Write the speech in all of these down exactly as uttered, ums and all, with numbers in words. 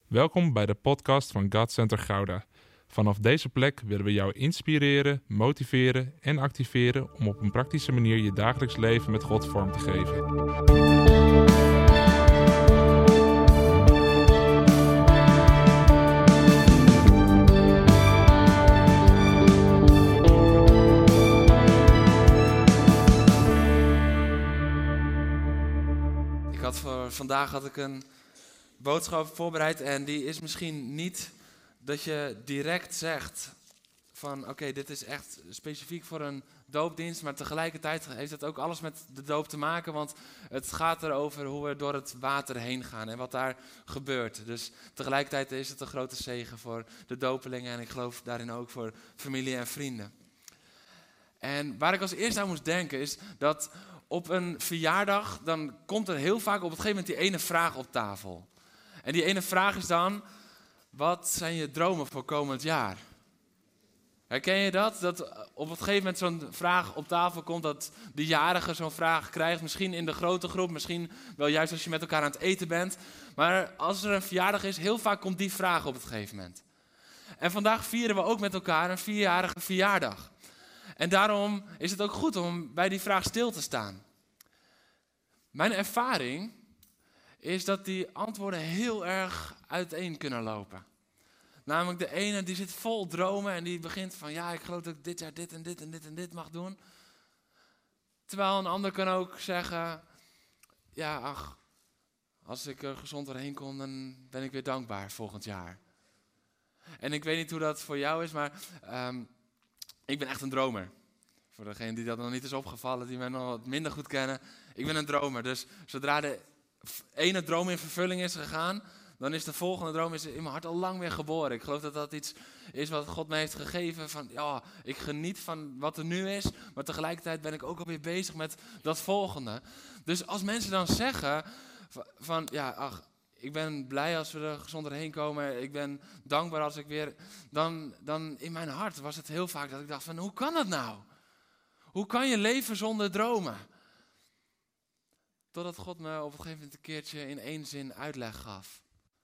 Welkom bij de podcast van God Center Gouda. Vanaf deze plek willen we jou inspireren, motiveren en activeren om op een praktische manier je dagelijks leven met God vorm te geven. Ik had voor vandaag had ik een boodschap voorbereid en die is misschien niet dat je direct zegt van oké, okay, dit is echt specifiek voor een doopdienst, maar tegelijkertijd heeft het ook alles met de doop te maken, want het gaat erover hoe we door het water heen gaan en wat daar gebeurt. Dus tegelijkertijd is het een grote zegen voor de dopelingen en ik geloof daarin ook voor familie en vrienden. En waar ik als eerste aan moest denken is dat op een verjaardag, dan komt er heel vaak op een gegeven moment die ene vraag op tafel. En die ene vraag is dan, wat zijn je dromen voor komend jaar? Herken je dat? Dat op een gegeven moment zo'n vraag op tafel komt, dat de jarige zo'n vraag krijgt. Misschien in de grote groep, misschien wel juist als je met elkaar aan het eten bent. Maar als er een verjaardag is, heel vaak komt die vraag op het gegeven moment. En vandaag vieren we ook met elkaar een vierjarige verjaardag. En daarom is het ook goed om bij die vraag stil te staan. Mijn ervaring is dat die antwoorden heel erg uiteen kunnen lopen. Namelijk de ene die zit vol dromen en die begint van ja, ik geloof dat ik dit jaar dit en dit en dit en dit mag doen. Terwijl een ander kan ook zeggen, ja ach, als ik er gezond doorheen kom, dan ben ik weer dankbaar volgend jaar. En ik weet niet hoe dat voor jou is, maar um, ik ben echt een dromer. Voor degene die dat nog niet is opgevallen, die mij nog wat minder goed kennen. Ik ben een dromer, dus zodra de ene droom in vervulling is gegaan, dan is de volgende droom is in mijn hart al lang weer geboren. Ik geloof dat dat iets is wat God me heeft gegeven. Van ja, ik geniet van wat er nu is, maar tegelijkertijd ben ik ook alweer bezig met dat volgende. Dus als mensen dan zeggen van ja, ach, ik ben blij als we er gezond doorheen komen. Ik ben dankbaar als ik weer, dan, dan in mijn hart was het heel vaak dat ik dacht van hoe kan dat nou? Hoe kan je leven zonder dromen? Totdat God me op een gegeven moment een keertje in één zin uitleg gaf.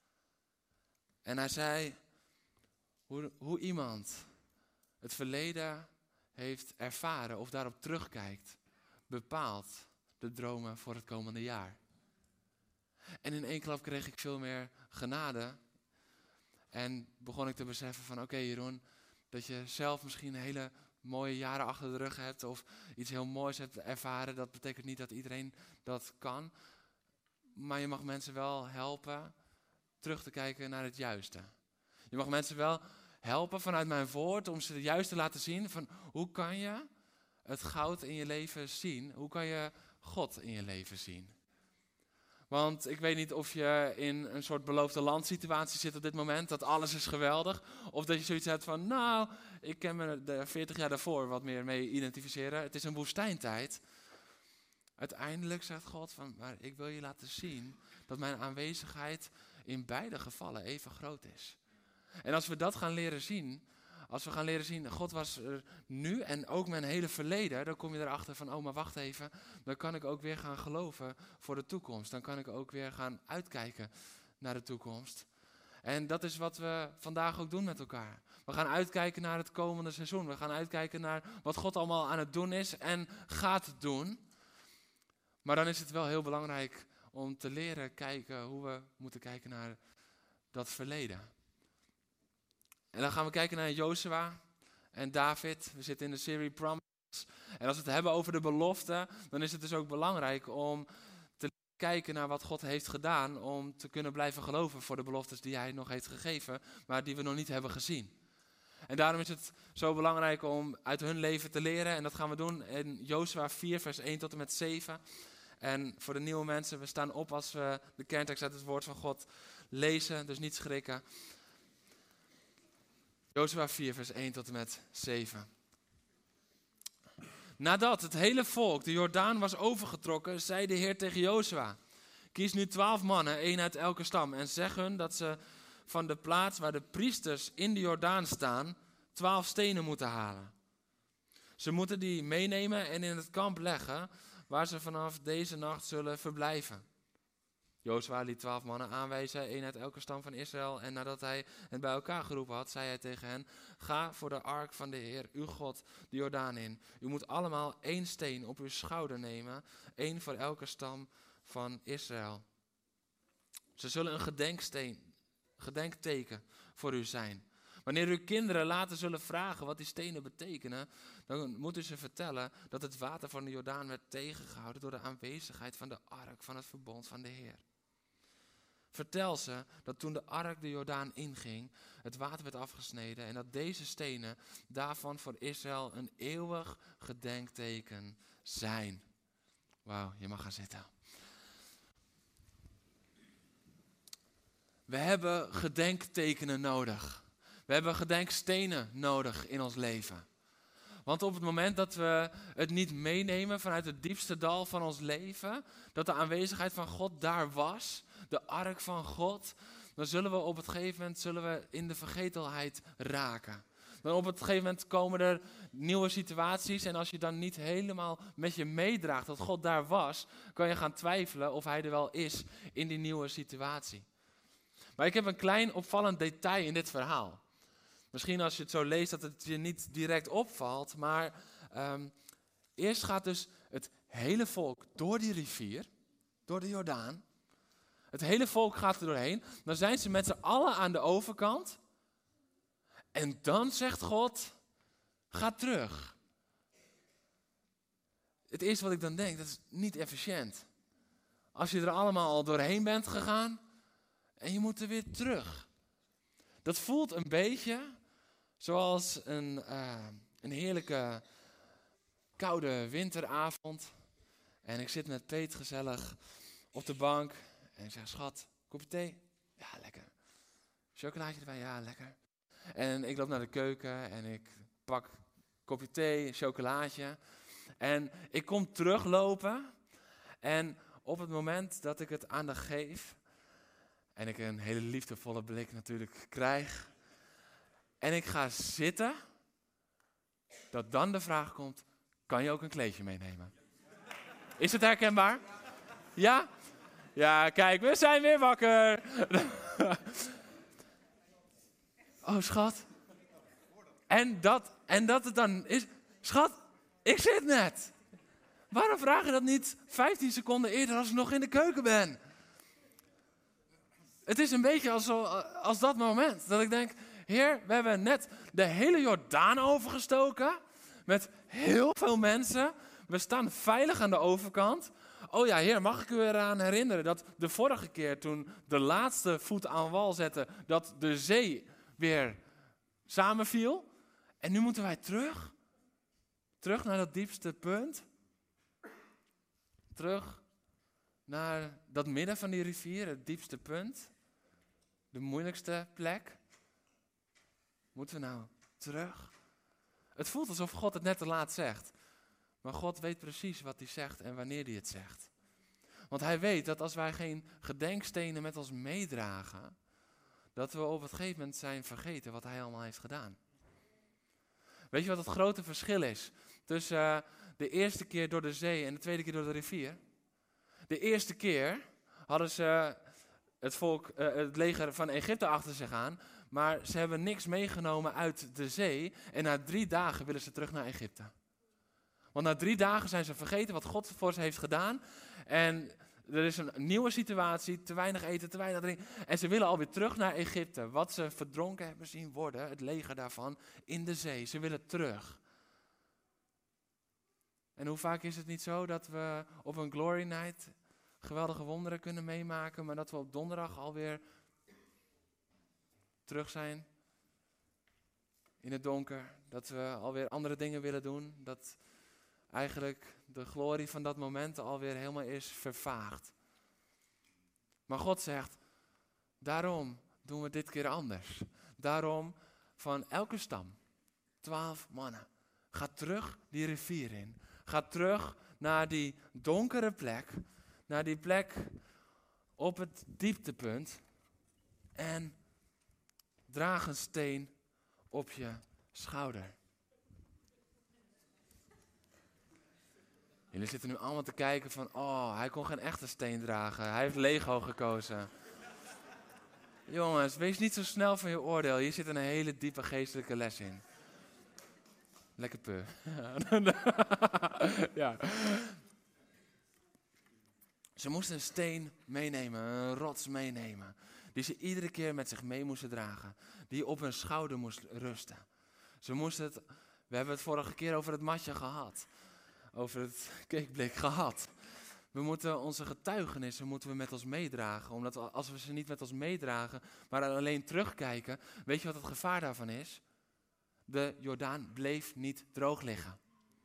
En hij zei, hoe, hoe iemand het verleden heeft ervaren of daarop terugkijkt, bepaalt de dromen voor het komende jaar. En in één klap kreeg ik veel meer genade. En begon ik te beseffen van oké okay, Jeroen, dat je zelf misschien hele mooie jaren achter de rug hebt of iets heel moois hebt ervaren. Dat betekent niet dat iedereen dat kan. Maar je mag mensen wel helpen terug te kijken naar het juiste. Je mag mensen wel helpen vanuit mijn woord om ze het juist te laten zien van hoe kan je het goud in je leven zien? Hoe kan je God in je leven zien? Want ik weet niet of je in een soort beloofde landsituatie zit op dit moment, dat alles is geweldig. Of dat je zoiets hebt van, nou, ik kan me de veertig jaar daarvoor wat meer mee identificeren. Het is een woestijntijd. Uiteindelijk zegt God van, maar ik wil je laten zien dat mijn aanwezigheid in beide gevallen even groot is. En als we dat gaan leren zien, als we gaan leren zien, God was er nu en ook mijn hele verleden, dan kom je erachter van, oh maar wacht even, dan kan ik ook weer gaan geloven voor de toekomst. Dan kan ik ook weer gaan uitkijken naar de toekomst. En dat is wat we vandaag ook doen met elkaar. We gaan uitkijken naar het komende seizoen. We gaan uitkijken naar wat God allemaal aan het doen is en gaat doen. Maar dan is het wel heel belangrijk om te leren kijken hoe we moeten kijken naar dat verleden. En dan gaan we kijken naar Jozua en David. We zitten in de serie Promises. En als we het hebben over de belofte, dan is het dus ook belangrijk om te kijken naar wat God heeft gedaan. Om te kunnen blijven geloven voor de beloftes die hij nog heeft gegeven, maar die we nog niet hebben gezien. En daarom is het zo belangrijk om uit hun leven te leren. En dat gaan we doen in Jozua vier, vers één tot en met zeven. En voor de nieuwe mensen, we staan op als we de kerntekst uit het woord van God lezen, dus niet schrikken. Jozua vier, vers één tot en met zeven. Nadat het hele volk de Jordaan was overgetrokken, zei de Heer tegen Jozua: kies nu twaalf mannen, één uit elke stam, en zeg hun dat ze van de plaats waar de priesters in de Jordaan staan, twaalf stenen moeten halen. Ze moeten die meenemen en in het kamp leggen, waar ze vanaf deze nacht zullen verblijven. Jozua liet twaalf mannen aanwijzen, één uit elke stam van Israël. En nadat hij hen bij elkaar geroepen had, zei hij tegen hen: ga voor de ark van de Heer, uw God, de Jordaan in. U moet allemaal één steen op uw schouder nemen, één voor elke stam van Israël. Ze zullen een gedenksteen, gedenkteken voor u zijn. Wanneer uw kinderen later zullen vragen wat die stenen betekenen, dan moeten ze vertellen dat het water van de Jordaan werd tegengehouden door de aanwezigheid van de ark van het verbond van de Heer. Vertel ze dat toen de ark de Jordaan inging, het water werd afgesneden en dat deze stenen daarvan voor Israël een eeuwig gedenkteken zijn. Wauw, je mag gaan zitten. We hebben gedenktekenen nodig. We hebben gedenkstenen nodig in ons leven. Want op het moment dat we het niet meenemen vanuit het diepste dal van ons leven, dat de aanwezigheid van God daar was, de ark van God, dan zullen we op het gegeven moment zullen we in de vergetelheid raken. Dan op het gegeven moment komen er nieuwe situaties en als je dan niet helemaal met je meedraagt dat God daar was, kan je gaan twijfelen of hij er wel is in die nieuwe situatie. Maar ik heb een klein opvallend detail in dit verhaal. Misschien als je het zo leest dat het je niet direct opvalt, maar um, eerst gaat dus het hele volk door die rivier, door de Jordaan. Het hele volk gaat er doorheen. Dan zijn ze met z'n allen aan de overkant. En dan zegt God, ga terug. Het eerste wat ik dan denk, dat is niet efficiënt. Als je er allemaal al doorheen bent gegaan en je moet er weer terug. Dat voelt een beetje zoals een, uh, een heerlijke koude winteravond. En ik zit met Peet gezellig op de bank. En ik zeg, schat, kopje thee? Ja, lekker. Chocolaatje erbij? Ja, lekker. En ik loop naar de keuken en ik pak een kopje thee, een chocolaatje. En ik kom teruglopen. En op het moment dat ik het aandacht geef, en ik een hele liefdevolle blik natuurlijk krijg, en ik ga zitten, dat dan de vraag komt, kan je ook een kleedje meenemen? Is het herkenbaar? Ja? Ja, kijk, we zijn weer wakker. Oh, schat. En dat, en dat het dan is, schat, ik zit net. Waarom vraag je dat niet vijftien seconden eerder als ik nog in de keuken ben? Het is een beetje als, zo, als dat moment dat ik denk, Heer, we hebben net de hele Jordaan overgestoken met heel veel mensen. We staan veilig aan de overkant. Oh ja, Heer, mag ik u eraan herinneren dat de vorige keer toen de laatste voet aan wal zette, dat de zee weer samenviel. En nu moeten wij terug. Terug naar dat diepste punt. Terug naar dat midden van die rivier, het diepste punt. De moeilijkste plek. Moeten we nou terug? Het voelt alsof God het net te laat zegt. Maar God weet precies wat hij zegt en wanneer hij het zegt. Want hij weet dat als wij geen gedenkstenen met ons meedragen, dat we op het gegeven moment zijn vergeten wat hij allemaal heeft gedaan. Weet je wat het grote verschil is tussen uh, de eerste keer door de zee en de tweede keer door de rivier? De eerste keer hadden ze het volk, uh, het leger van Egypte achter zich aan, maar ze hebben niks meegenomen uit de zee en na drie dagen willen ze terug naar Egypte. Want na drie dagen zijn ze vergeten wat God voor ze heeft gedaan. En er is een nieuwe situatie, te weinig eten, te weinig drinken. En ze willen alweer terug naar Egypte. Wat ze verdronken hebben zien worden, het leger daarvan, in de zee. Ze willen terug. En hoe vaak is het niet zo dat we op een glory night geweldige wonderen kunnen meemaken, maar dat we op donderdag alweer terug zijn in het donker. Dat we alweer andere dingen willen doen. Dat eigenlijk de glorie van dat moment alweer helemaal is vervaagd. Maar God zegt, daarom doen we dit keer anders. Daarom van elke stam, twaalf mannen, ga terug die rivier in. Ga terug naar die donkere plek, naar die plek op het dieptepunt en draag een steen op je schouder. Jullie zitten nu allemaal te kijken van, oh, hij kon geen echte steen dragen. Hij heeft Lego gekozen. Jongens, wees niet zo snel van je oordeel. Hier zit een hele diepe geestelijke les in. Lekker pur. Ja. Ze moesten een steen meenemen, een rots meenemen. Die ze iedere keer met zich mee moesten dragen. Die op hun schouder moest rusten. Ze moesten het, we hebben het vorige keer over het matje gehad. Over het cakeblik gehad. We moeten onze getuigenissen moeten we met ons meedragen. Omdat we, als we ze niet met ons meedragen, maar alleen terugkijken. Weet je wat het gevaar daarvan is? De Jordaan bleef niet droog liggen.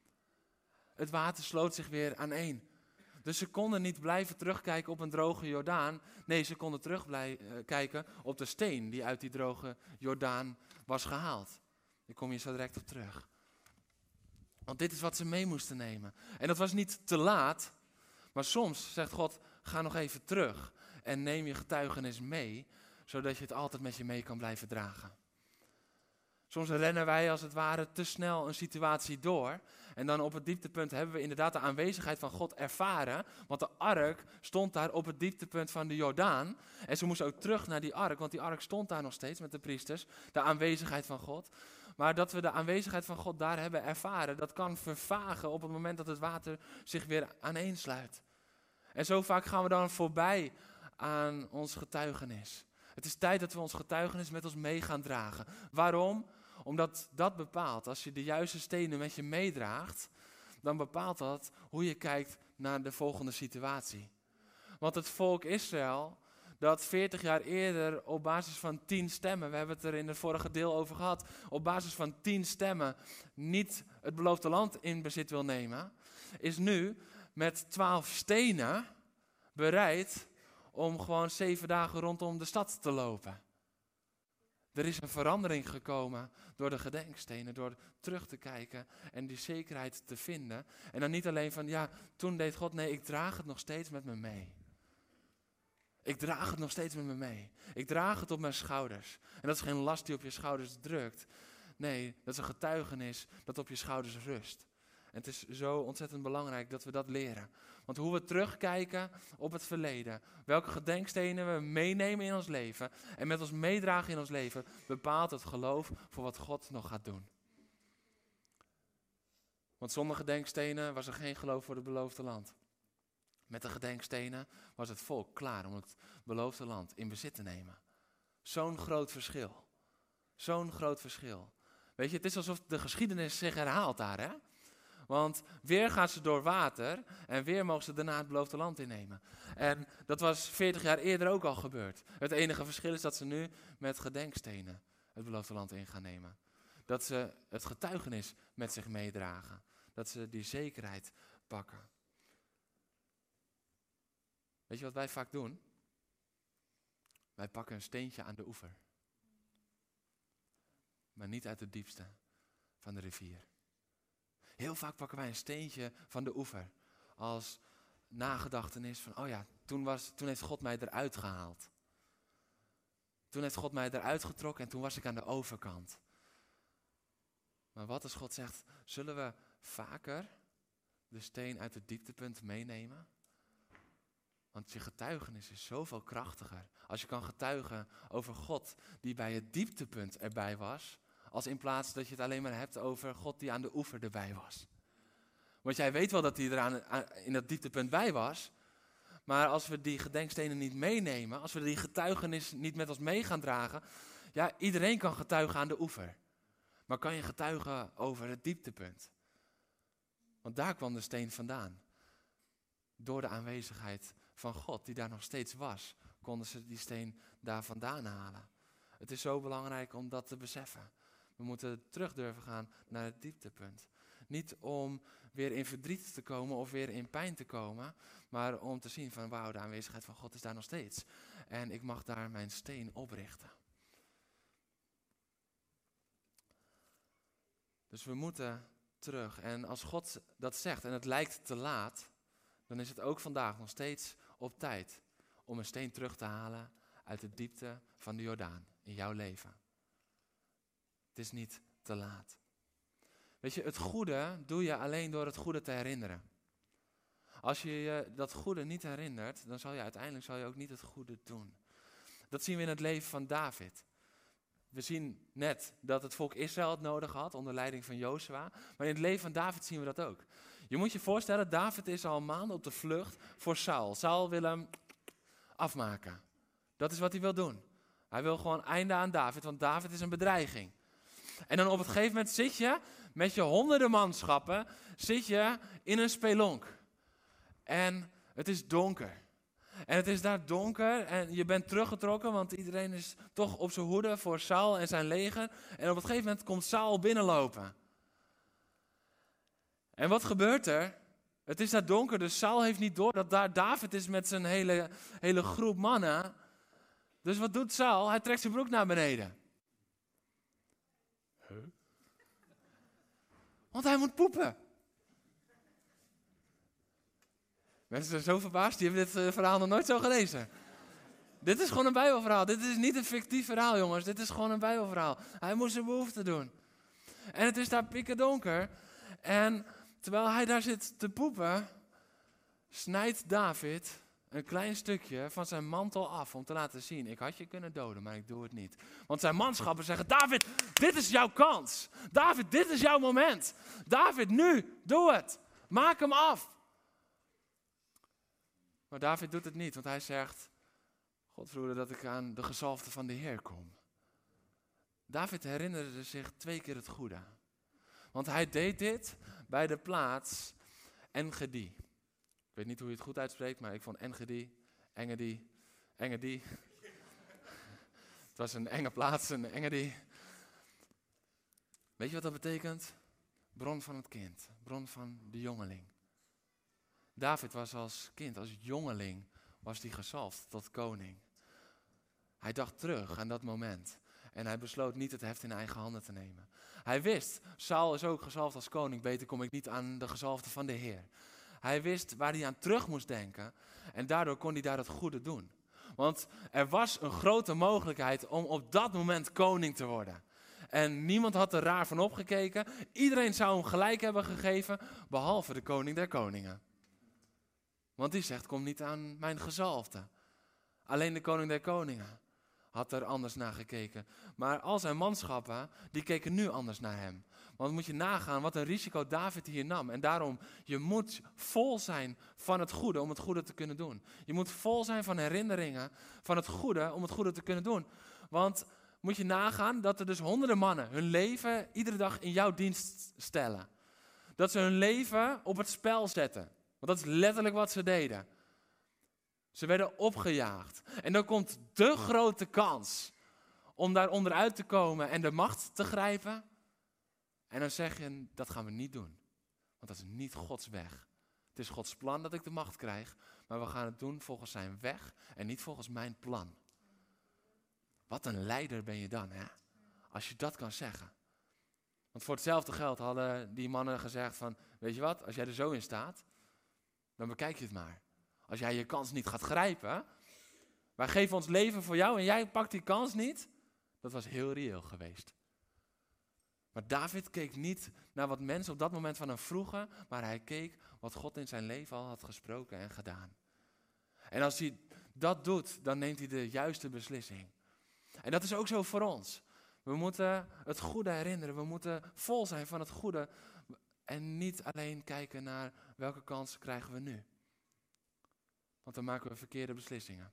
Het water sloot zich weer aaneen. Dus ze konden niet blijven terugkijken op een droge Jordaan. Nee, ze konden terugkijken op de steen die uit die droge Jordaan was gehaald. Daar kom je zo direct op terug. Want dit is wat ze mee moesten nemen. En dat was niet te laat. Maar soms zegt God, ga nog even terug. En neem je getuigenis mee. Zodat je het altijd met je mee kan blijven dragen. Soms rennen wij als het ware te snel een situatie door. En dan op het dieptepunt hebben we inderdaad de aanwezigheid van God ervaren. Want de ark stond daar op het dieptepunt van de Jordaan. En ze moesten ook terug naar die ark, want die ark stond daar nog steeds met de priesters. De aanwezigheid van God. Maar dat we de aanwezigheid van God daar hebben ervaren, dat kan vervagen op het moment dat het water zich weer aaneensluit. En zo vaak gaan we dan voorbij aan ons getuigenis. Het is tijd dat we ons getuigenis met ons mee gaan dragen. Waarom? Omdat dat bepaalt, als je de juiste stenen met je meedraagt, dan bepaalt dat hoe je kijkt naar de volgende situatie. Want het volk Israël, dat veertig jaar eerder op basis van tien stemmen, we hebben het er in het vorige deel over gehad, op basis van tien stemmen niet het beloofde land in bezit wil nemen, is nu met twaalf stenen bereid om gewoon zeven dagen rondom de stad te lopen. Er is een verandering gekomen door de gedenkstenen, door terug te kijken en die zekerheid te vinden. En dan niet alleen van, ja, toen deed God, nee, ik draag het nog steeds met me mee. Ik draag het nog steeds met me mee. Ik draag het op mijn schouders. En dat is geen last die op je schouders drukt. Nee, dat is een getuigenis dat op je schouders rust. En het is zo ontzettend belangrijk dat we dat leren. Want hoe we terugkijken op het verleden, welke gedenkstenen we meenemen in ons leven en met ons meedragen in ons leven, bepaalt het geloof voor wat God nog gaat doen. Want zonder gedenkstenen was er geen geloof voor het beloofde land. Met de gedenkstenen was het volk klaar om het beloofde land in bezit te nemen. Zo'n groot verschil. Zo'n groot verschil. Weet je, het is alsof de geschiedenis zich herhaalt daar, hè? Want weer gaan ze door water en weer mogen ze daarna het beloofde land innemen. En dat was veertig jaar eerder ook al gebeurd. Het enige verschil is dat ze nu met gedenkstenen het beloofde land in gaan nemen. Dat ze het getuigenis met zich meedragen. Dat ze die zekerheid pakken. Weet je wat wij vaak doen? Wij pakken een steentje aan de oever. Maar niet uit het diepste van de rivier. Heel vaak pakken wij een steentje van de oever. Als nagedachtenis van, oh ja, toen, was, toen heeft God mij eruit gehaald. Toen heeft God mij eruit getrokken en toen was ik aan de overkant. Maar wat als God zegt, zullen we vaker de steen uit het dieptepunt meenemen? Want je getuigenis is zoveel krachtiger. Als je kan getuigen over God die bij het dieptepunt erbij was, als in plaats dat je het alleen maar hebt over God die aan de oever erbij was. Want jij weet wel dat hij er aan, aan, in dat dieptepunt bij was. Maar als we die gedenkstenen niet meenemen, als we die getuigenis niet met ons mee gaan dragen. Ja, iedereen kan getuigen aan de oever. Maar kan je getuigen over het dieptepunt? Want daar kwam de steen vandaan. Door de aanwezigheid van God die daar nog steeds was, konden ze die steen daar vandaan halen. Het is zo belangrijk om dat te beseffen. We moeten terug durven gaan naar het dieptepunt. Niet om weer in verdriet te komen of weer in pijn te komen, maar om te zien van wauw, de aanwezigheid van God is daar nog steeds. En ik mag daar mijn steen oprichten. Dus we moeten terug. En als God dat zegt en het lijkt te laat, dan is het ook vandaag nog steeds op tijd om een steen terug te halen uit de diepte van de Jordaan in jouw leven. Het is niet te laat. Weet je, het goede doe je alleen door het goede te herinneren. Als je je dat goede niet herinnert, dan zal je uiteindelijk zal je ook niet het goede doen. Dat zien we in het leven van David. We zien net dat het volk Israël het nodig had onder leiding van Jozua. Maar in het leven van David zien we dat ook. Je moet je voorstellen, David is al maanden op de vlucht voor Saul. Saul wil hem afmaken. Dat is wat hij wil doen. Hij wil gewoon einde aan David, want David is een bedreiging. En dan op het gegeven moment zit je met je honderden manschappen, zit je in een spelonk. En het is donker. En het is daar donker en je bent teruggetrokken, want iedereen is toch op zijn hoede voor Saul en zijn leger. En op het gegeven moment komt Saul binnenlopen. En wat gebeurt er? Het is daar donker, dus Saul heeft niet door dat daar David is met zijn hele, hele groep mannen. Dus wat doet Saul? Hij trekt zijn broek naar beneden. Huh? Want hij moet poepen. Mensen zijn zo verbaasd, die hebben dit uh, verhaal nog nooit zo gelezen. Dit is gewoon een Bijbelverhaal. Dit is niet een fictief verhaal, jongens. Dit is gewoon een Bijbelverhaal. Hij moest zijn behoefte doen. En het is daar pikken donker. En terwijl hij daar zit te poepen, snijdt David een klein stukje van zijn mantel af om te laten zien. Ik had je kunnen doden, maar ik doe het niet. Want zijn manschappen zeggen, David, dit is jouw kans. David, dit is jouw moment. David, nu, doe het. Maak hem af. Maar David doet het niet, want hij zegt, God verhoede dat ik aan de gezalfde van de Heer kom. David herinnerde zich twee keer het goede. Want hij deed dit bij de plaats En-Gedi. Ik weet niet hoe je het goed uitspreekt, maar ik vond En-Gedi, Engedi, Engedi. Het was een enge plaats, een Engedi. Weet je wat dat betekent? Bron van het kind, bron van de jongeling. David was als kind, als jongeling, was hij gezalfd tot koning. Hij dacht terug aan dat moment. En hij besloot niet het heft in eigen handen te nemen. Hij wist, Saul is ook gezalfd als koning, beter kom ik niet aan de gezalfde van de Heer. Hij wist waar hij aan terug moest denken en daardoor kon hij daar het goede doen. Want er was een grote mogelijkheid om op dat moment koning te worden. En niemand had er raar van opgekeken. Iedereen zou hem gelijk hebben gegeven, behalve de koning der koningen. Want die zegt, kom niet aan mijn gezalfde. Alleen de koning der koningen had er anders naar gekeken. Maar al zijn manschappen, die keken nu anders naar hem. Want moet je nagaan wat een risico David hier nam. En daarom, je moet vol zijn van het goede om het goede te kunnen doen. Je moet vol zijn van herinneringen van het goede om het goede te kunnen doen. Want moet je nagaan dat er dus honderden mannen hun leven iedere dag in jouw dienst stellen. Dat ze hun leven op het spel zetten. Want dat is letterlijk wat ze deden. Ze werden opgejaagd. En dan komt de grote kans om daar onderuit te komen en de macht te grijpen. En dan zeg je, dat gaan we niet doen. Want dat is niet Gods weg. Het is Gods plan dat ik de macht krijg. Maar we gaan het doen volgens zijn weg en niet volgens mijn plan. Wat een leider ben je dan, hè? Als je dat kan zeggen. Want voor hetzelfde geld hadden die mannen gezegd van, weet je wat, als jij er zo in staat, dan bekijk je het maar. Als jij je kans niet gaat grijpen, wij geven ons leven voor jou en jij pakt die kans niet, dat was heel reëel geweest. Maar David keek niet naar wat mensen op dat moment van hem vroegen, maar hij keek wat God in zijn leven al had gesproken en gedaan. En als hij dat doet, dan neemt hij de juiste beslissing. En dat is ook zo voor ons. We moeten het goede herinneren, we moeten vol zijn van het goede en niet alleen kijken naar welke kans krijgen we nu. Want dan maken we verkeerde beslissingen.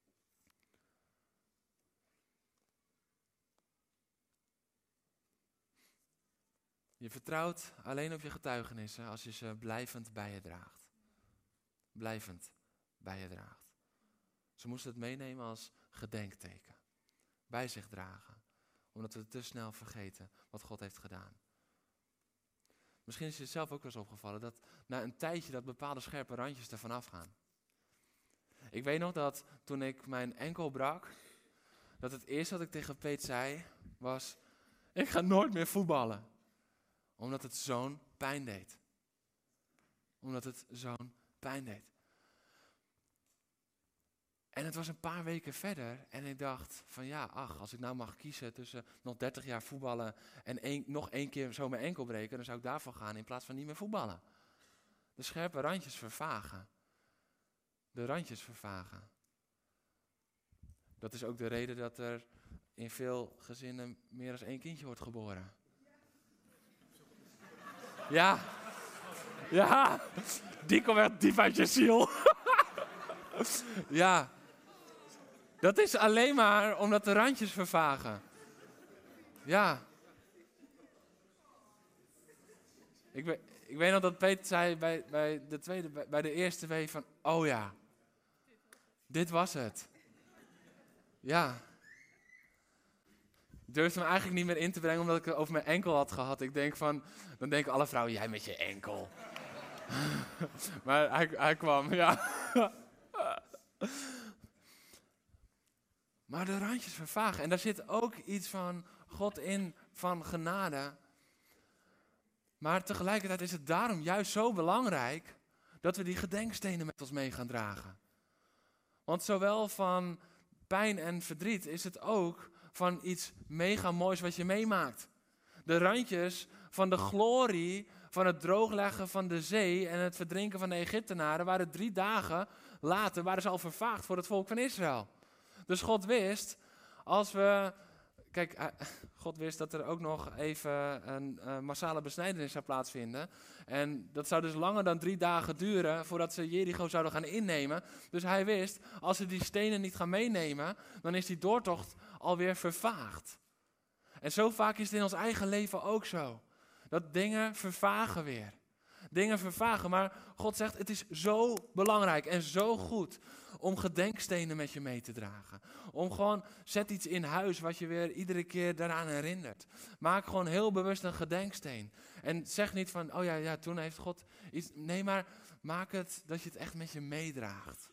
Je vertrouwt alleen op je getuigenissen als je ze blijvend bij je draagt. Blijvend bij je draagt. Ze moesten het meenemen als gedenkteken. Bij zich dragen. Omdat we te snel vergeten wat God heeft gedaan. Misschien is je zelf ook wel eens opgevallen dat na een tijdje dat bepaalde scherpe randjes ervan afgaan. Ik weet nog dat toen ik mijn enkel brak, dat het eerste wat ik tegen Peet zei was, ik ga nooit meer voetballen. Omdat het zo'n pijn deed. Omdat het zo'n pijn deed. En het was een paar weken verder en ik dacht van ja, ach, als ik nou mag kiezen tussen nog dertig jaar voetballen en één, nog één keer zo mijn enkel breken, dan zou ik daarvoor gaan in plaats van niet meer voetballen. De scherpe randjes vervagen. De randjes vervagen. Dat is ook de reden dat er in veel gezinnen meer dan één kindje wordt geboren. Ja. Ja. Die komt echt diep uit je ziel. Ja. Dat is alleen maar omdat de randjes vervagen. Ja. Ik, weet, ik weet nog dat Peter zei bij, bij de tweede, bij, bij de eerste week van, oh ja, dit was het. Ja. Ik durfde hem eigenlijk niet meer in te brengen omdat ik het over mijn enkel had gehad. Ik denk van, dan denken alle vrouwen, jij met je enkel. Maar hij, hij kwam, ja. Maar de randjes vervagen. En daar zit ook iets van God in, van genade. Maar tegelijkertijd is het daarom juist zo belangrijk dat we die gedenkstenen met ons mee gaan dragen. Want zowel van pijn en verdriet is het ook van iets mega moois wat je meemaakt. De randjes van de glorie van het droogleggen van de zee en het verdrinken van de Egyptenaren waren drie dagen later waren ze al vervaagd voor het volk van Israël. Dus God wist, als we... Kijk, God wist dat er ook nog even een uh, massale besnijdenis zou plaatsvinden. En dat zou dus langer dan drie dagen duren voordat ze Jericho zouden gaan innemen. Dus hij wist, als ze die stenen niet gaan meenemen, dan is die doortocht alweer vervaagd. En zo vaak is het in ons eigen leven ook zo. Dat dingen vervagen weer. Dingen vervagen, maar God zegt, het is zo belangrijk en zo goed om gedenkstenen met je mee te dragen. Om gewoon, zet iets in huis wat je weer iedere keer daaraan herinnert. Maak gewoon heel bewust een gedenksteen. En zeg niet van, oh ja, ja, toen heeft God iets... Nee, maar maak het dat je het echt met je meedraagt.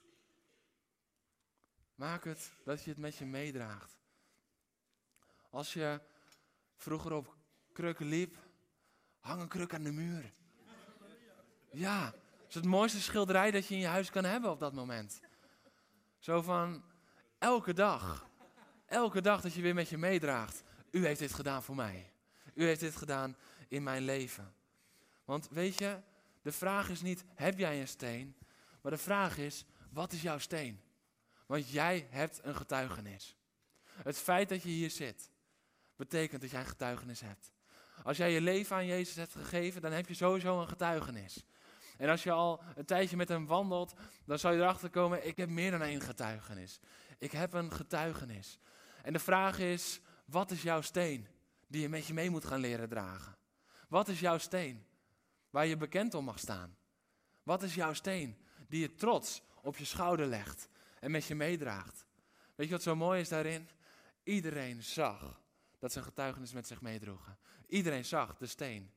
Maak het dat je het met je meedraagt. Als je vroeger op krukken liep, hang een kruk aan de muur. Ja, dat is het mooiste schilderij dat je in je huis kan hebben op dat moment. Zo van, elke dag, elke dag dat je weer met je meedraagt. U heeft dit gedaan voor mij. U heeft dit gedaan in mijn leven. Want weet je, de vraag is niet, heb jij een steen? Maar de vraag is, wat is jouw steen? Want jij hebt een getuigenis. Het feit dat je hier zit, betekent dat jij een getuigenis hebt. Als jij je leven aan Jezus hebt gegeven, dan heb je sowieso een getuigenis. En als je al een tijdje met hem wandelt, dan zal je erachter komen, ik heb meer dan één getuigenis. Ik heb een getuigenis. En de vraag is, wat is jouw steen die je met je mee moet gaan leren dragen? Wat is jouw steen waar je bekend om mag staan? Wat is jouw steen die je trots op je schouder legt en met je meedraagt? Weet je wat zo mooi is daarin? Iedereen zag dat zijn getuigenis met zich meedroegen. Iedereen zag de steen.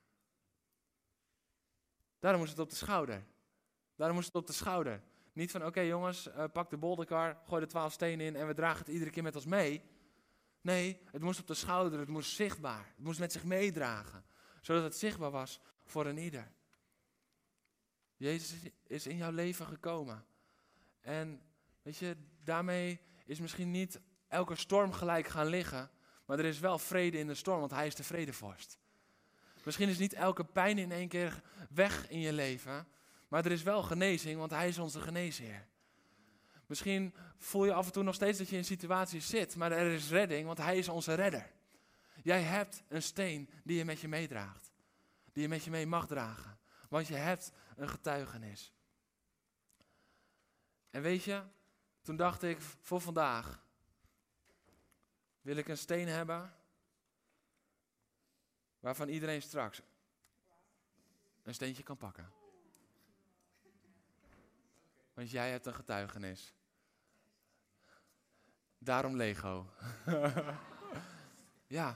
Daarom moest het op de schouder. Daarom moest het op de schouder. Niet van, oké okay, jongens, uh, pak de bolderkar, gooi er twaalf stenen in en we dragen het iedere keer met ons mee. Nee, het moest op de schouder, het moest zichtbaar. Het moest met zich meedragen. Zodat het zichtbaar was voor een ieder. Jezus is in jouw leven gekomen. En weet je, daarmee is misschien niet elke storm gelijk gaan liggen. Maar er is wel vrede in de storm, want hij is de vredevorst. Misschien is niet elke pijn in één keer weg in je leven. Maar er is wel genezing, want hij is onze geneesheer. Misschien voel je af en toe nog steeds dat je in situaties zit. Maar er is redding, want hij is onze redder. Jij hebt een steen die je met je meedraagt. Die je met je mee mag dragen. Want je hebt een getuigenis. En weet je, toen dacht ik, voor vandaag wil ik een steen hebben waarvan iedereen straks een steentje kan pakken. Want jij hebt een getuigenis. Daarom Lego. Ja.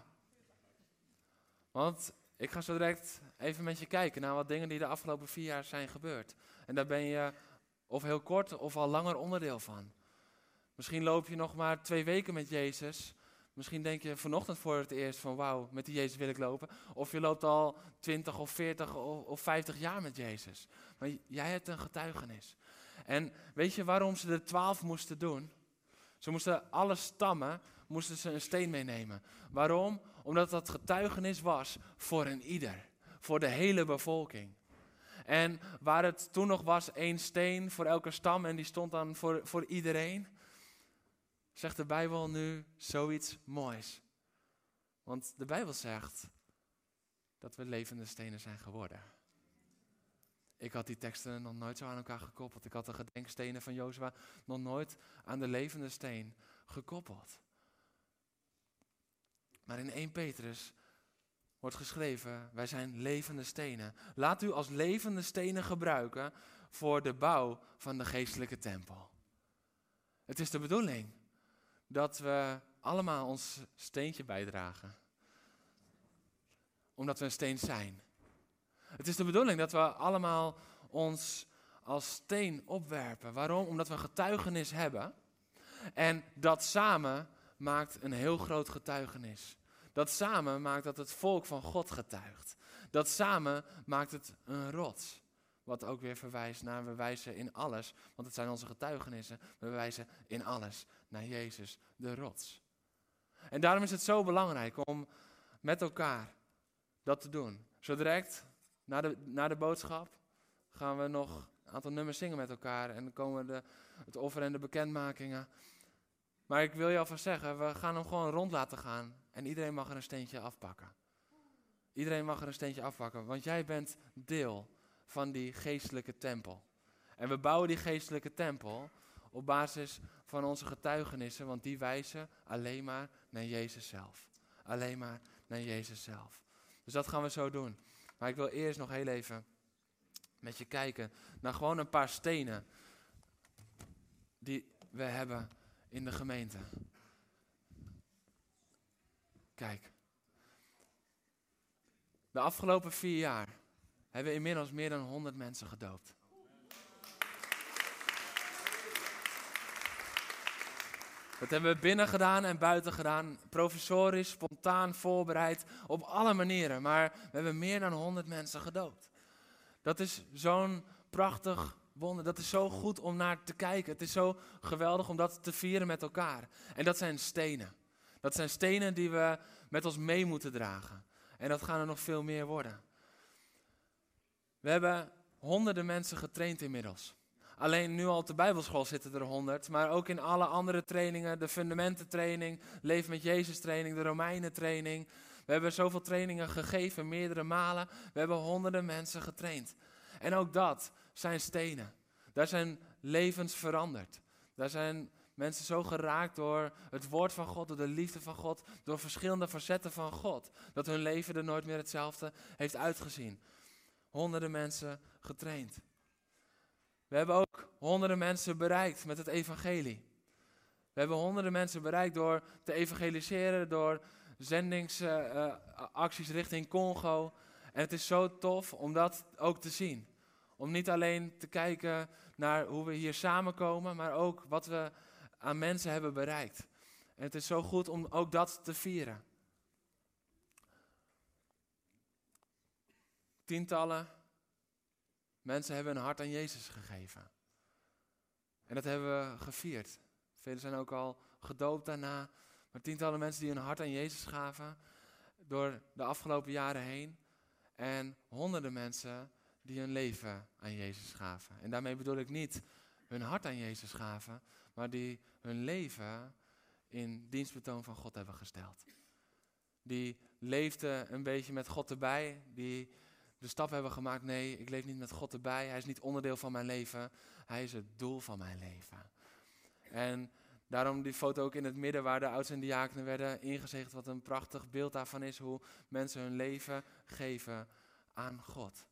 Want ik ga zo direct even met je kijken naar wat dingen die de afgelopen vier jaar zijn gebeurd. En daar ben je of heel kort of al langer onderdeel van. Misschien loop je nog maar twee weken met Jezus. Misschien denk je vanochtend voor het eerst van wauw, met die Jezus wil ik lopen. Of je loopt al twintig of veertig of vijftig jaar met Jezus. Maar jij hebt een getuigenis. En weet je waarom ze er twaalf moesten doen? Ze moesten alle stammen, moesten ze een steen meenemen. Waarom? Omdat dat getuigenis was voor een ieder. Voor de hele bevolking. En waar het toen nog was één steen voor elke stam en die stond dan voor, voor iedereen, zegt de Bijbel nu zoiets moois. Want de Bijbel zegt dat we levende stenen zijn geworden. Ik had die teksten nog nooit zo aan elkaar gekoppeld. Ik had de gedenkstenen van Jozua nog nooit aan de levende steen gekoppeld. Maar in eerste Petrus wordt geschreven, wij zijn levende stenen. Laat u als levende stenen gebruiken voor de bouw van de geestelijke tempel. Het is de bedoeling dat we allemaal ons steentje bijdragen. Omdat we een steen zijn. Het is de bedoeling dat we allemaal ons als steen opwerpen. Waarom? Omdat we een getuigenis hebben. En dat samen maakt een heel groot getuigenis. Dat samen maakt dat het volk van God getuigt. Dat samen maakt het een rots. Wat ook weer verwijst naar we wijzen in alles. Want het zijn onze getuigenissen. We wijzen in alles naar Jezus, de rots. En daarom is het zo belangrijk om met elkaar dat te doen. Zo direct, na de, na de boodschap, gaan we nog een aantal nummers zingen met elkaar. En dan komen de, het offer en de bekendmakingen. Maar ik wil je alvast zeggen, we gaan hem gewoon rond laten gaan. En iedereen mag er een steentje afpakken. Iedereen mag er een steentje afpakken. Want jij bent deel van die geestelijke tempel. En we bouwen die geestelijke tempel op basis van onze getuigenissen. Want die wijzen alleen maar naar Jezus zelf. Alleen maar naar Jezus zelf. Dus dat gaan we zo doen. Maar ik wil eerst nog heel even met je kijken naar gewoon een paar stenen die we hebben in de gemeente. Kijk. De afgelopen vier jaar hebben we inmiddels meer dan honderd mensen gedoopt. Dat hebben we binnen gedaan en buiten gedaan. Professorisch, spontaan, voorbereid. Op alle manieren. Maar we hebben meer dan honderd mensen gedoopt. Dat is zo'n prachtig wonder. Dat is zo goed om naar te kijken. Het is zo geweldig om dat te vieren met elkaar. En dat zijn stenen. Dat zijn stenen die we met ons mee moeten dragen. En dat gaan er nog veel meer worden. We hebben honderden mensen getraind inmiddels. Alleen nu al op de Bijbelschool zitten er honderd, maar ook in alle andere trainingen, de fundamententraining, Leef met Jezus training, de Romeinen training. We hebben zoveel trainingen gegeven, meerdere malen. We hebben honderden mensen getraind. En ook dat zijn stenen. Daar zijn levens veranderd. Daar zijn mensen zo geraakt door het woord van God, door de liefde van God, door verschillende facetten van God, dat hun leven er nooit meer hetzelfde heeft uitgezien. Honderden mensen getraind. We hebben ook honderden mensen bereikt met het evangelie. We hebben honderden mensen bereikt door te evangeliseren, door zendingsacties uh, richting Congo. En het is zo tof om dat ook te zien. Om niet alleen te kijken naar hoe we hier samenkomen, maar ook wat we aan mensen hebben bereikt. En het is zo goed om ook dat te vieren. Tientallen mensen hebben hun hart aan Jezus gegeven. En dat hebben we gevierd. Velen zijn ook al gedoopt daarna. Maar tientallen mensen die hun hart aan Jezus gaven door de afgelopen jaren heen. En honderden mensen die hun leven aan Jezus gaven. En daarmee bedoel ik niet hun hart aan Jezus gaven, maar die hun leven in dienstbetoon van God hebben gesteld. Die leefden een beetje met God erbij, die de stap hebben gemaakt, nee, ik leef niet met God erbij, hij is niet onderdeel van mijn leven, hij is het doel van mijn leven. En daarom die foto ook in het midden waar de oudsten en diakenen werden ingezegend, wat een prachtig beeld daarvan is, hoe mensen hun leven geven aan God.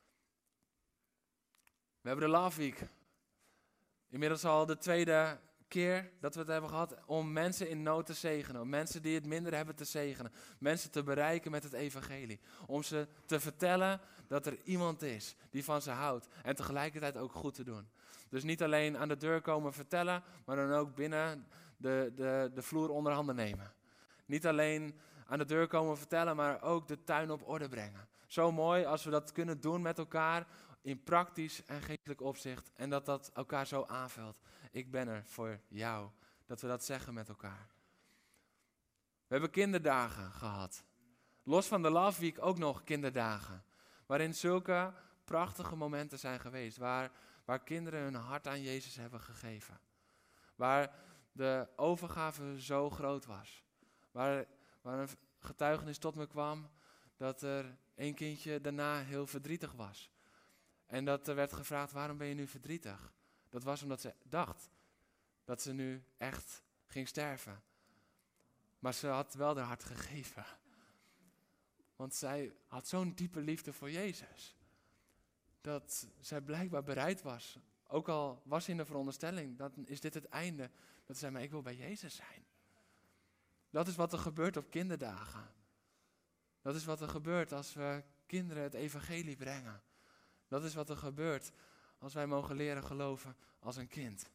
We hebben de Love Week. Inmiddels al de tweede keer dat we het hebben gehad om mensen in nood te zegenen. Om mensen die het minder hebben te zegenen. Mensen te bereiken met het evangelie. Om ze te vertellen dat er iemand is die van ze houdt. En tegelijkertijd ook goed te doen. Dus niet alleen aan de deur komen vertellen, maar dan ook binnen de, de, de vloer onder handen nemen. Niet alleen aan de deur komen vertellen, maar ook de tuin op orde brengen. Zo mooi als we dat kunnen doen met elkaar in praktisch en geestelijk opzicht. En dat dat elkaar zo aanvult. Ik ben er voor jou. Dat we dat zeggen met elkaar. We hebben kinderdagen gehad. Los van de Love Week ook nog kinderdagen. Waarin zulke prachtige momenten zijn geweest. Waar, waar kinderen hun hart aan Jezus hebben gegeven. Waar de overgave zo groot was. Waar, waar een getuigenis tot me kwam dat er een kindje daarna heel verdrietig was. En dat er werd gevraagd, waarom ben je nu verdrietig? Dat was omdat ze dacht dat ze nu echt ging sterven. Maar ze had wel haar hart gegeven. Want zij had zo'n diepe liefde voor Jezus. Dat zij blijkbaar bereid was. Ook al was ze in de veronderstelling, dan is dit het einde. Dat ze zei, maar ik wil bij Jezus zijn. Dat is wat er gebeurt op kinderdagen. Dat is wat er gebeurt als we kinderen het evangelie brengen. Dat is wat er gebeurt als wij mogen leren geloven als een kind.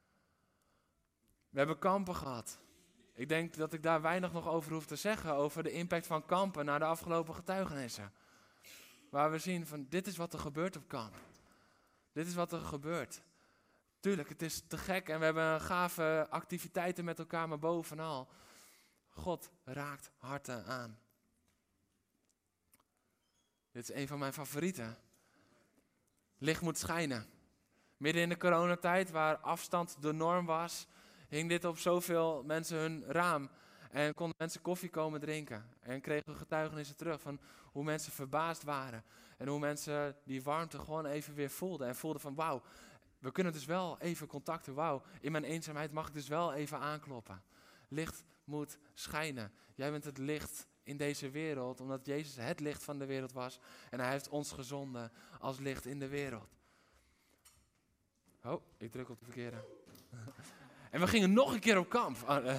We hebben kampen gehad. Ik denk dat ik daar weinig nog over hoef te zeggen, over de impact van kampen na de afgelopen getuigenissen. Waar we zien van, dit is wat er gebeurt op kamp. Dit is wat er gebeurt. Tuurlijk, het is te gek en we hebben gave activiteiten met elkaar, maar bovenal, God raakt harten aan. Dit is een van mijn favorieten. Licht moet schijnen. Midden in de coronatijd, waar afstand de norm was, hing dit op zoveel mensen hun raam. En konden mensen koffie komen drinken. En kregen we getuigenissen terug van hoe mensen verbaasd waren. En hoe mensen die warmte gewoon even weer voelden. En voelden van wauw, we kunnen dus wel even contacten. Wauw, in mijn eenzaamheid mag ik dus wel even aankloppen. Licht moet schijnen. Jij bent het licht in deze wereld, omdat Jezus het licht van de wereld was. En hij heeft ons gezonden als licht in de wereld. Oh, ik druk op de verkeerde. En we gingen nog een keer op kamp.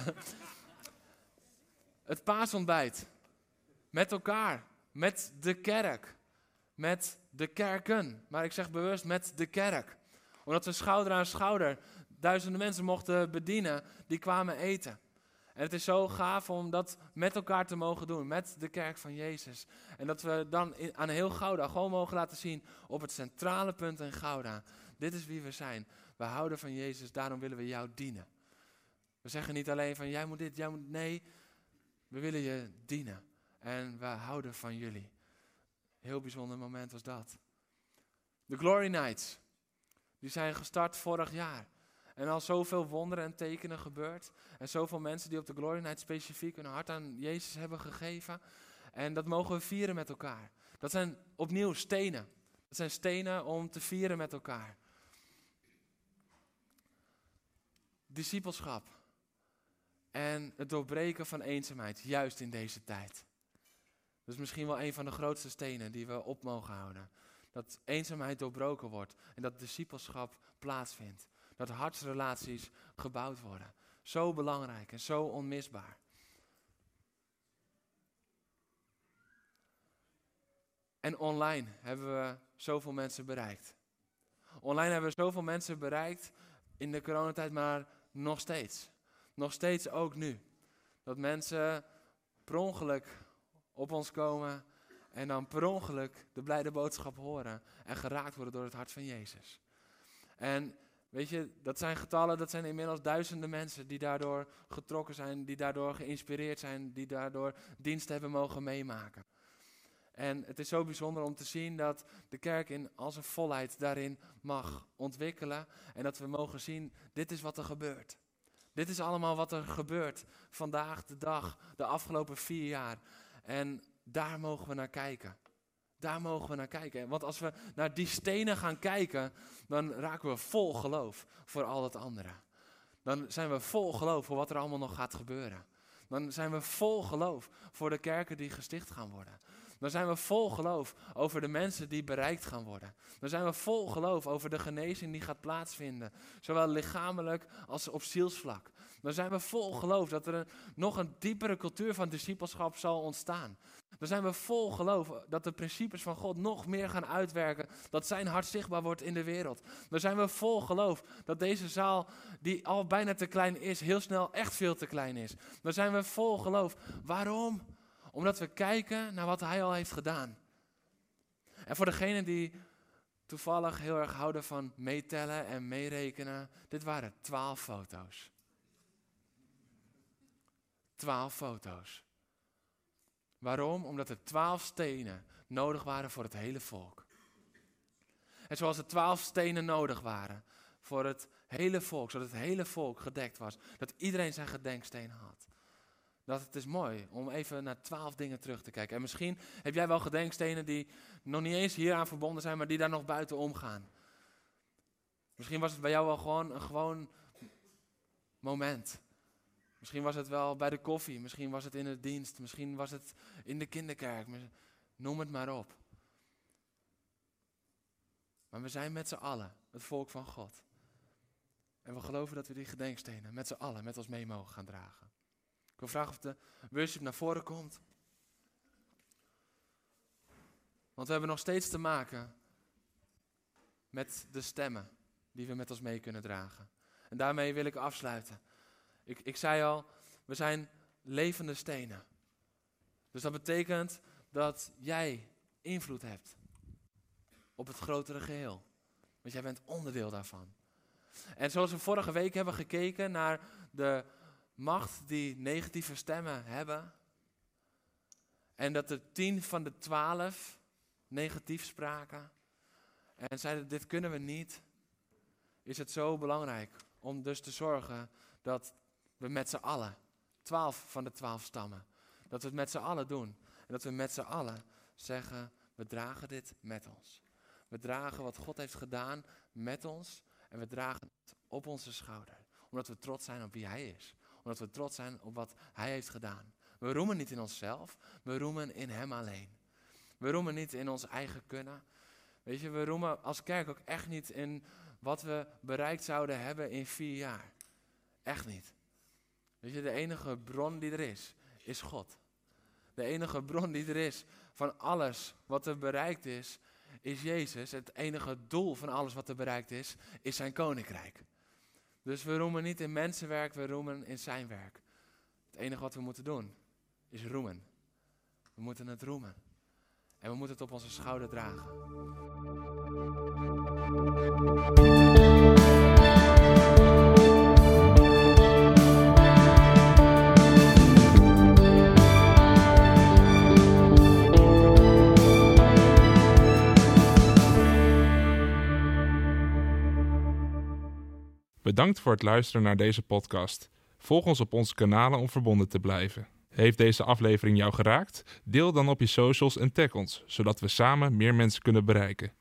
Het paasontbijt. Met elkaar. Met de kerk. Met de kerken. Maar ik zeg bewust met de kerk. Omdat we schouder aan schouder duizenden mensen mochten bedienen. Die kwamen eten. En het is zo gaaf om dat met elkaar te mogen doen. Met de kerk van Jezus. En dat we dan in, aan heel Gouda gewoon mogen laten zien op het centrale punt in Gouda. Dit is wie we zijn. We houden van Jezus, daarom willen we jou dienen. We zeggen niet alleen van jij moet dit, jij moet... Nee, we willen je dienen. En we houden van jullie. Heel bijzonder moment was dat. De Glory Nights. Die zijn gestart vorig jaar. En al zoveel wonderen en tekenen gebeurd. En zoveel mensen die op de Glory Night specifiek hun hart aan Jezus hebben gegeven. En dat mogen we vieren met elkaar. Dat zijn opnieuw stenen. Dat zijn stenen om te vieren met elkaar. Discipelschap. En het doorbreken van eenzaamheid, juist in deze tijd. Dat is misschien wel een van de grootste stenen die we op mogen houden. Dat eenzaamheid doorbroken wordt en dat discipelschap plaatsvindt. Dat hartsrelaties gebouwd worden. Zo belangrijk en zo onmisbaar. En online hebben we zoveel mensen bereikt. Online hebben we zoveel mensen bereikt in de coronatijd, maar nog steeds. Nog steeds ook nu. Dat mensen per ongeluk op ons komen en dan per ongeluk de blijde boodschap horen en geraakt worden door het hart van Jezus. En weet je, dat zijn getallen, dat zijn inmiddels duizenden mensen die daardoor getrokken zijn, die daardoor geïnspireerd zijn, die daardoor dienst hebben mogen meemaken. En het is zo bijzonder om te zien dat de kerk in al zijn volheid daarin mag ontwikkelen. En dat we mogen zien, dit is wat er gebeurt. Dit is allemaal wat er gebeurt vandaag de dag, de afgelopen vier jaar. En daar mogen we naar kijken. Daar mogen we naar kijken. Want als we naar die stenen gaan kijken, dan raken we vol geloof voor al het andere. Dan zijn we vol geloof voor wat er allemaal nog gaat gebeuren. Dan zijn we vol geloof voor de kerken die gesticht gaan worden. Dan zijn we vol geloof over de mensen die bereikt gaan worden. Dan zijn we vol geloof over de genezing die gaat plaatsvinden. Zowel lichamelijk als op zielsvlak. Dan zijn we vol geloof dat er een, nog een diepere cultuur van discipelschap zal ontstaan. Dan zijn we vol geloof dat de principes van God nog meer gaan uitwerken. Dat zijn hart zichtbaar wordt in de wereld. Dan zijn we vol geloof dat deze zaal, die al bijna te klein is, heel snel echt veel te klein is. Dan zijn we vol geloof. Waarom? Omdat we kijken naar wat hij al heeft gedaan. En voor degenen die toevallig heel erg houden van meetellen en meerekenen. Dit waren twaalf foto's. Twaalf foto's. Waarom? Omdat er twaalf stenen nodig waren voor het hele volk. En zoals er twaalf stenen nodig waren voor het hele volk, zodat het hele volk gedekt was. Dat iedereen zijn gedenksteen had. Dat het is mooi om even naar twaalf dingen terug te kijken. En misschien heb jij wel gedenkstenen die nog niet eens hieraan verbonden zijn, maar die daar nog buiten omgaan. Misschien was het bij jou wel gewoon een gewoon moment. Misschien was het wel bij de koffie, misschien was het in de dienst, misschien was het in de kinderkerk. Noem het maar op. Maar we zijn met z'n allen het volk van God. En we geloven dat we die gedenkstenen met z'n allen met ons mee mogen gaan dragen. Ik wil vragen of de worship naar voren komt. Want we hebben nog steeds te maken met de stemmen die we met ons mee kunnen dragen. En daarmee wil ik afsluiten. Ik, ik zei al, we zijn levende stenen. Dus dat betekent dat jij invloed hebt op het grotere geheel. Want jij bent onderdeel daarvan. En zoals we vorige week hebben gekeken naar de macht die negatieve stemmen hebben. En dat er tien van de twaalf negatief spraken. En zeiden, dit kunnen we niet. Is het zo belangrijk om dus te zorgen dat we met z'n allen, twaalf van de twaalf stammen, dat we het met z'n allen doen. En dat we met z'n allen zeggen, we dragen dit met ons. We dragen wat God heeft gedaan met ons. En we dragen het op onze schouder. Omdat we trots zijn op wie Hij is. Omdat we trots zijn op wat Hij heeft gedaan. We roemen niet in onszelf. We roemen in Hem alleen. We roemen niet in ons eigen kunnen. Weet je, we roemen als kerk ook echt niet in wat we bereikt zouden hebben in vier jaar. Echt niet. Weet je, de enige bron die er is, is God. De enige bron die er is van alles wat er bereikt is, is Jezus. Het enige doel van alles wat er bereikt is, is zijn koninkrijk. Dus we roemen niet in mensenwerk, we roemen in zijn werk. Het enige wat we moeten doen, is roemen. We moeten het roemen. En we moeten het op onze schouder dragen. Bedankt voor het luisteren naar deze podcast. Volg ons op onze kanalen om verbonden te blijven. Heeft deze aflevering jou geraakt? Deel dan op je socials en tag ons, zodat we samen meer mensen kunnen bereiken.